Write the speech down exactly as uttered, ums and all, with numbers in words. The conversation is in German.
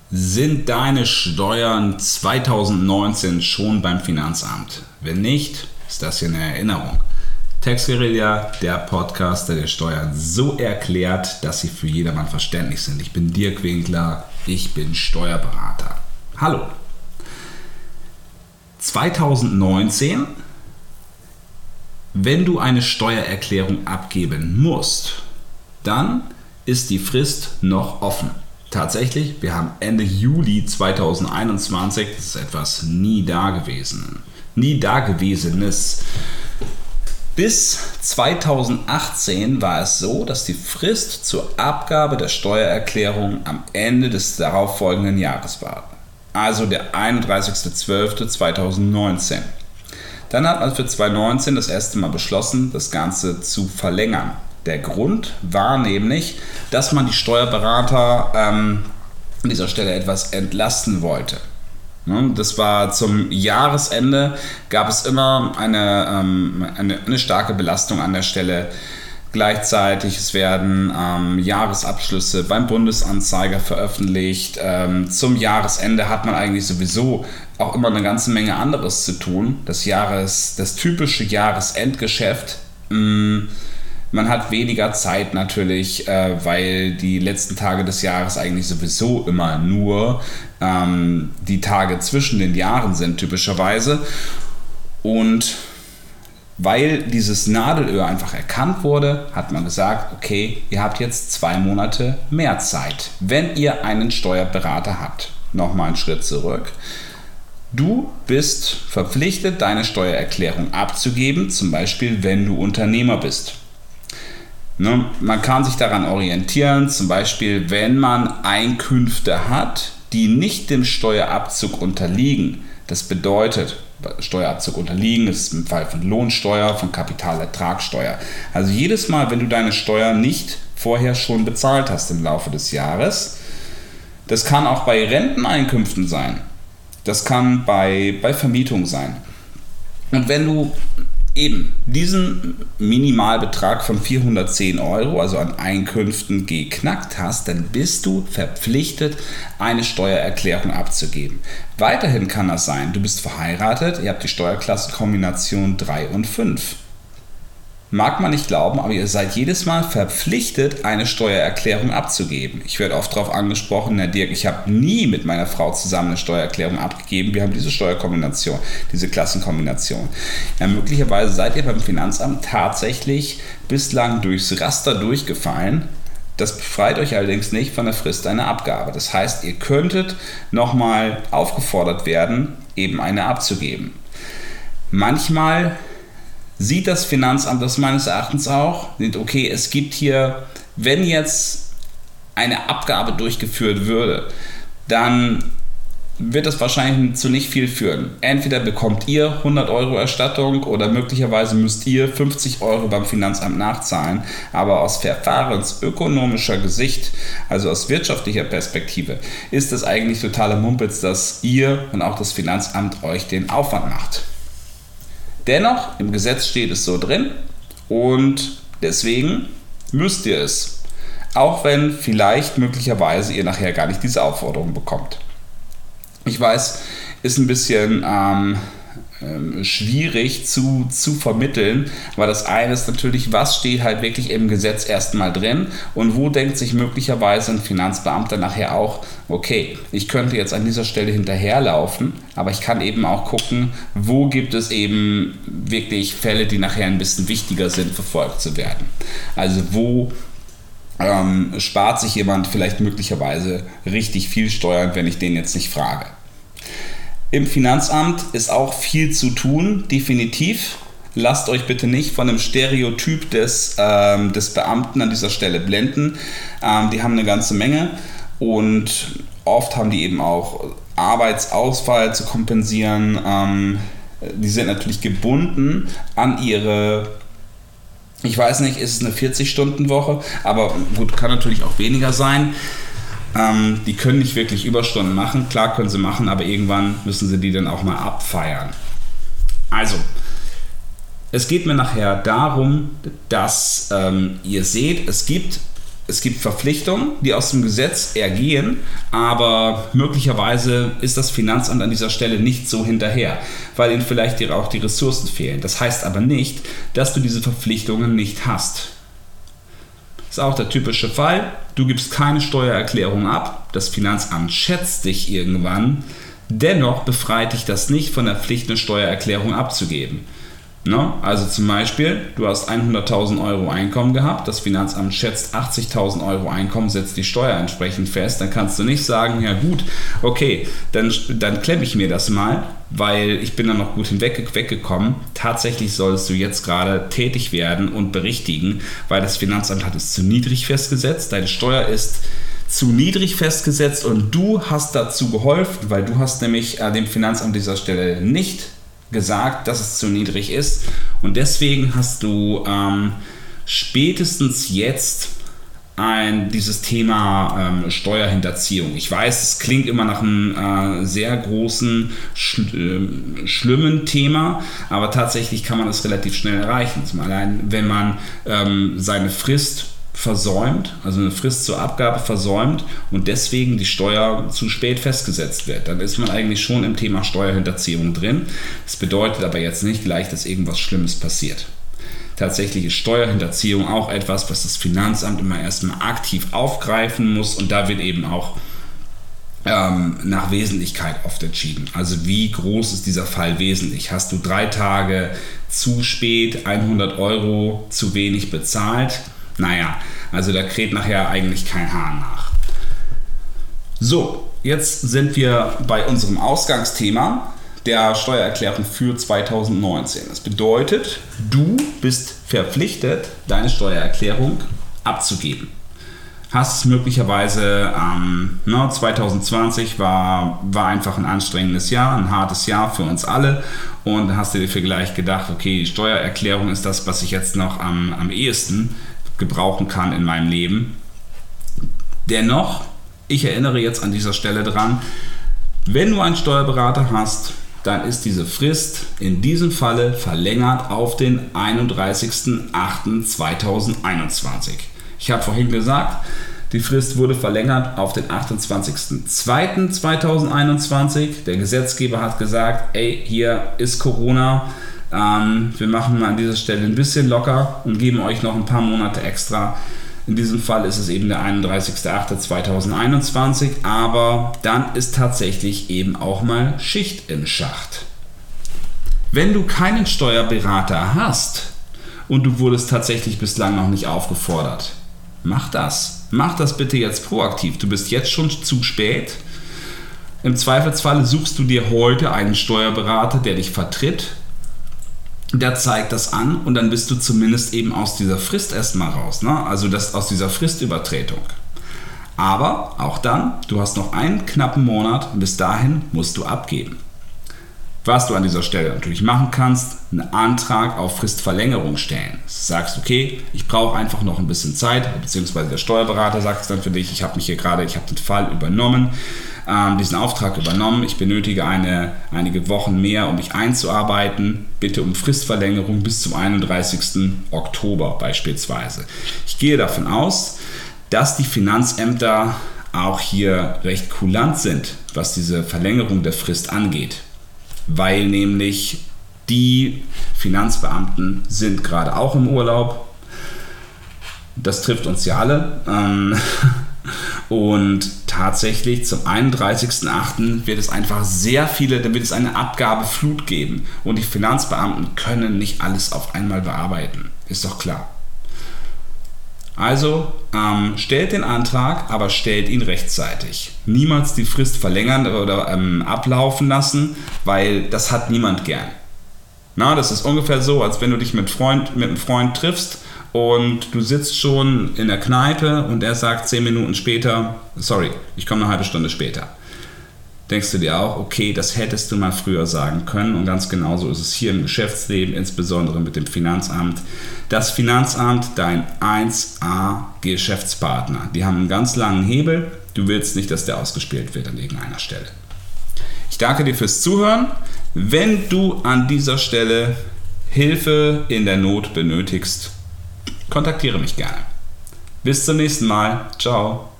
Sind deine Steuern zweitausendneunzehn schon beim Finanzamt? Wenn nicht, ist das hier eine Erinnerung. Tax Guerilla, der Podcast, der die Steuern so erklärt, dass sie für jedermann verständlich sind. Ich bin Dirk Winkler, ich bin Steuerberater. Hallo. zweitausendneunzehn, wenn du eine Steuererklärung abgeben musst, dann ist die Frist noch offen. Tatsächlich, wir haben Ende Juli zweitausendeinundzwanzig, das ist etwas nie dagewesen, nie dagewesenes. Bis zweitausendachtzehn war es so, dass die Frist zur Abgabe der Steuererklärung am Ende des darauffolgenden Jahres war. Also der einunddreißigster zwölfter zweitausendneunzehn. Dann hat man für zweitausendneunzehn das erste Mal beschlossen, das Ganze zu verlängern. Der Grund war nämlich, dass man die Steuerberater ähm, an dieser Stelle etwas entlasten wollte. Das war zum Jahresende, gab es immer eine, ähm, eine, eine starke Belastung an der Stelle. Gleichzeitig es werden ähm, Jahresabschlüsse beim Bundesanzeiger veröffentlicht. Ähm, zum Jahresende hat man eigentlich sowieso auch immer eine ganze Menge anderes zu tun. Das, Jahres, das typische Jahresendgeschäft. Mh, Man hat weniger Zeit natürlich, äh, weil die letzten Tage des Jahres eigentlich sowieso immer nur ähm, die Tage zwischen den Jahren sind, typischerweise. Und weil dieses Nadelöhr einfach erkannt wurde, hat man gesagt, okay, ihr habt jetzt zwei Monate mehr Zeit, wenn ihr einen Steuerberater habt. Nochmal einen Schritt zurück. Du bist verpflichtet, deine Steuererklärung abzugeben, zum Beispiel wenn du Unternehmer bist. Ne, man kann sich daran orientieren, zum Beispiel wenn man Einkünfte hat, die nicht dem Steuerabzug unterliegen. Das bedeutet, Steuerabzug unterliegen ist im Fall von Lohnsteuer, von Kapitalertragssteuer. Also jedes Mal, wenn du deine Steuer nicht vorher schon bezahlt hast im Laufe des Jahres, das kann auch bei Renteneinkünften sein, das kann bei, bei Vermietung sein. Und wenn du eben diesen Minimalbetrag von vierhundertzehn Euro, also an Einkünften, geknackt hast, dann bist du verpflichtet, eine Steuererklärung abzugeben. Weiterhin kann das sein, du bist verheiratet, ihr habt die Steuerklassenkombination drei und fünf. Mag man nicht glauben, aber ihr seid jedes Mal verpflichtet, eine Steuererklärung abzugeben. Ich werde oft darauf angesprochen, Herr Dirk, ich habe nie mit meiner Frau zusammen eine Steuererklärung abgegeben. Wir haben diese Steuerkombination, diese Klassenkombination. Ja, möglicherweise seid ihr beim Finanzamt tatsächlich bislang durchs Raster durchgefallen. Das befreit euch allerdings nicht von der Frist einer Abgabe. Das heißt, ihr könntet nochmal aufgefordert werden, eben eine abzugeben. Manchmal sieht das Finanzamt das meines Erachtens auch, sieht, okay, es gibt hier, wenn jetzt eine Abgabe durchgeführt würde, dann wird das wahrscheinlich zu nicht viel führen. Entweder bekommt ihr hundert Euro Erstattung oder möglicherweise müsst ihr fünfzig Euro beim Finanzamt nachzahlen, aber aus verfahrensökonomischer Sicht, also aus wirtschaftlicher Perspektive, ist es eigentlich totaler Mumpitz, dass ihr und auch das Finanzamt euch den Aufwand macht. Dennoch, im Gesetz steht es so drin und deswegen müsst ihr es. Auch wenn vielleicht möglicherweise ihr nachher gar nicht diese Aufforderung bekommt. Ich weiß, ist ein bisschen ähm, ähm, schwierig zu, zu vermitteln, weil das eine ist natürlich, was steht halt wirklich im Gesetz erstmal drin und wo denkt sich möglicherweise ein Finanzbeamter nachher auch, okay, ich könnte jetzt an dieser Stelle hinterherlaufen, aber ich kann eben auch gucken, wo gibt es eben wirklich Fälle, die nachher ein bisschen wichtiger sind, verfolgt zu werden. Also wo ähm, spart sich jemand vielleicht möglicherweise richtig viel Steuern, wenn ich den jetzt nicht frage. Im Finanzamt ist auch viel zu tun, definitiv. Lasst euch bitte nicht von dem Stereotyp des, ähm, des Beamten an dieser Stelle blenden. Ähm, die haben eine ganze Menge und oft haben die eben auch Arbeitsausfall zu kompensieren. Ähm, die sind natürlich gebunden an ihre, ich weiß nicht, ist es eine vierzig-Stunden-Woche, aber gut, kann natürlich auch weniger sein. Ähm, die können nicht wirklich Überstunden machen, klar können sie machen, aber irgendwann müssen sie die dann auch mal abfeiern. Also, es geht mir nachher darum, dass ähm, ihr seht, es gibt es gibt Verpflichtungen, die aus dem Gesetz ergehen, aber möglicherweise ist das Finanzamt an dieser Stelle nicht so hinterher, weil ihnen vielleicht auch die Ressourcen fehlen. Das heißt aber nicht, dass du diese Verpflichtungen nicht hast. Das ist auch der typische Fall. Du gibst keine Steuererklärung ab, das Finanzamt schätzt dich irgendwann, dennoch befreit dich das nicht von der Pflicht, eine Steuererklärung abzugeben. No? Also zum Beispiel, du hast hunderttausend Euro Einkommen gehabt, das Finanzamt schätzt achtzigtausend Euro Einkommen, setzt die Steuer entsprechend fest, dann kannst du nicht sagen, ja gut, okay, dann, dann klemme ich mir das mal, weil ich bin dann noch gut hinweg weggekommen. Tatsächlich solltest du jetzt gerade tätig werden und berichtigen, weil das Finanzamt hat es zu niedrig festgesetzt, deine Steuer ist zu niedrig festgesetzt und du hast dazu geholfen, weil du hast nämlich äh, dem Finanzamt an dieser Stelle nicht gesagt, dass es zu niedrig ist und deswegen hast du ähm, spätestens jetzt ein, dieses Thema ähm, Steuerhinterziehung. Ich weiß, es klingt immer nach einem äh, sehr großen, schl- äh, schlimmen Thema, aber tatsächlich kann man das relativ schnell erreichen. Zum allein, wenn man ähm, seine Frist versäumt, also eine Frist zur Abgabe versäumt und deswegen die Steuer zu spät festgesetzt wird, dann ist man eigentlich schon im Thema Steuerhinterziehung drin. Das bedeutet aber jetzt nicht gleich, dass irgendwas Schlimmes passiert. Tatsächlich ist Steuerhinterziehung auch etwas, was das Finanzamt immer erstmal aktiv aufgreifen muss und da wird eben auch ähm, nach Wesentlichkeit oft entschieden. Also wie groß ist dieser Fall wesentlich? Hast du drei Tage zu spät hundert Euro zu wenig bezahlt? Naja, also da kräht nachher eigentlich kein Hahn nach. So, jetzt sind wir bei unserem Ausgangsthema der Steuererklärung für zweitausendneunzehn. Das bedeutet, du bist verpflichtet, deine Steuererklärung abzugeben. Hast möglicherweise, ähm, ne, zweitausendzwanzig war, war einfach ein anstrengendes Jahr, ein hartes Jahr für uns alle und hast dir vielleicht gedacht, okay, die Steuererklärung ist das, was ich jetzt noch am, am ehesten gebrauchen kann in meinem Leben. Dennoch, ich erinnere jetzt an dieser Stelle dran, wenn du einen Steuerberater hast, dann ist diese Frist in diesem Falle verlängert auf den einunddreißigsten achten zweitausendeinundzwanzig. Ich habe vorhin gesagt, die Frist wurde verlängert auf den achtundzwanzigsten zweiten zweitausendeinundzwanzig. Der Gesetzgeber hat gesagt, ey, hier ist Corona, Ähm, wir machen an dieser Stelle ein bisschen locker und geben euch noch ein paar Monate extra. In diesem Fall ist es eben der einunddreißigster achte zweitausendeinundzwanzig, aber dann ist tatsächlich eben auch mal Schicht im Schacht. Wenn du keinen Steuerberater hast und du wurdest tatsächlich bislang noch nicht aufgefordert, mach das. Mach das bitte jetzt proaktiv. Du bist jetzt schon zu spät. Im Zweifelsfall suchst du dir heute einen Steuerberater, der dich vertritt. Der zeigt das an und dann bist du zumindest eben aus dieser Frist erstmal raus, ne? Also das aus dieser Fristübertretung. Aber auch dann, du hast noch einen knappen Monat, bis dahin musst du abgeben. Was du an dieser Stelle natürlich machen kannst, einen Antrag auf Fristverlängerung stellen. Du sagst, okay, ich brauche einfach noch ein bisschen Zeit, beziehungsweise der Steuerberater sagt es dann für dich, ich habe mich hier gerade, ich habe den Fall übernommen, ähm, diesen Auftrag übernommen, ich benötige eine, einige Wochen mehr, um mich einzuarbeiten, bitte um Fristverlängerung bis zum einunddreißigsten Oktober beispielsweise. Ich gehe davon aus, dass die Finanzämter auch hier recht kulant sind, was diese Verlängerung der Frist angeht. Weil nämlich die Finanzbeamten sind gerade auch im Urlaub. Das trifft uns ja alle. Und tatsächlich zum einunddreißigsten achten wird es einfach sehr viele, da wird es eine Abgabeflut geben. Und die Finanzbeamten können nicht alles auf einmal bearbeiten. Ist doch klar. Also ähm, stellt den Antrag, aber stellt ihn rechtzeitig. Niemals die Frist verlängern oder ähm, ablaufen lassen, weil das hat niemand gern. Na, das ist ungefähr so, als wenn du dich mit, Freund, mit einem Freund triffst und du sitzt schon in der Kneipe und er sagt zehn Minuten später, sorry, ich komme eine halbe Stunde später. Denkst du dir auch, okay, das hättest du mal früher sagen können, und ganz genauso ist es hier im Geschäftsleben, insbesondere mit dem Finanzamt. Das Finanzamt, dein eins A Geschäftspartner, die haben einen ganz langen Hebel, du willst nicht, dass der ausgespielt wird an irgendeiner Stelle. Ich danke dir fürs Zuhören. Wenn du an dieser Stelle Hilfe in der Not benötigst, kontaktiere mich gerne. Bis zum nächsten Mal. Ciao.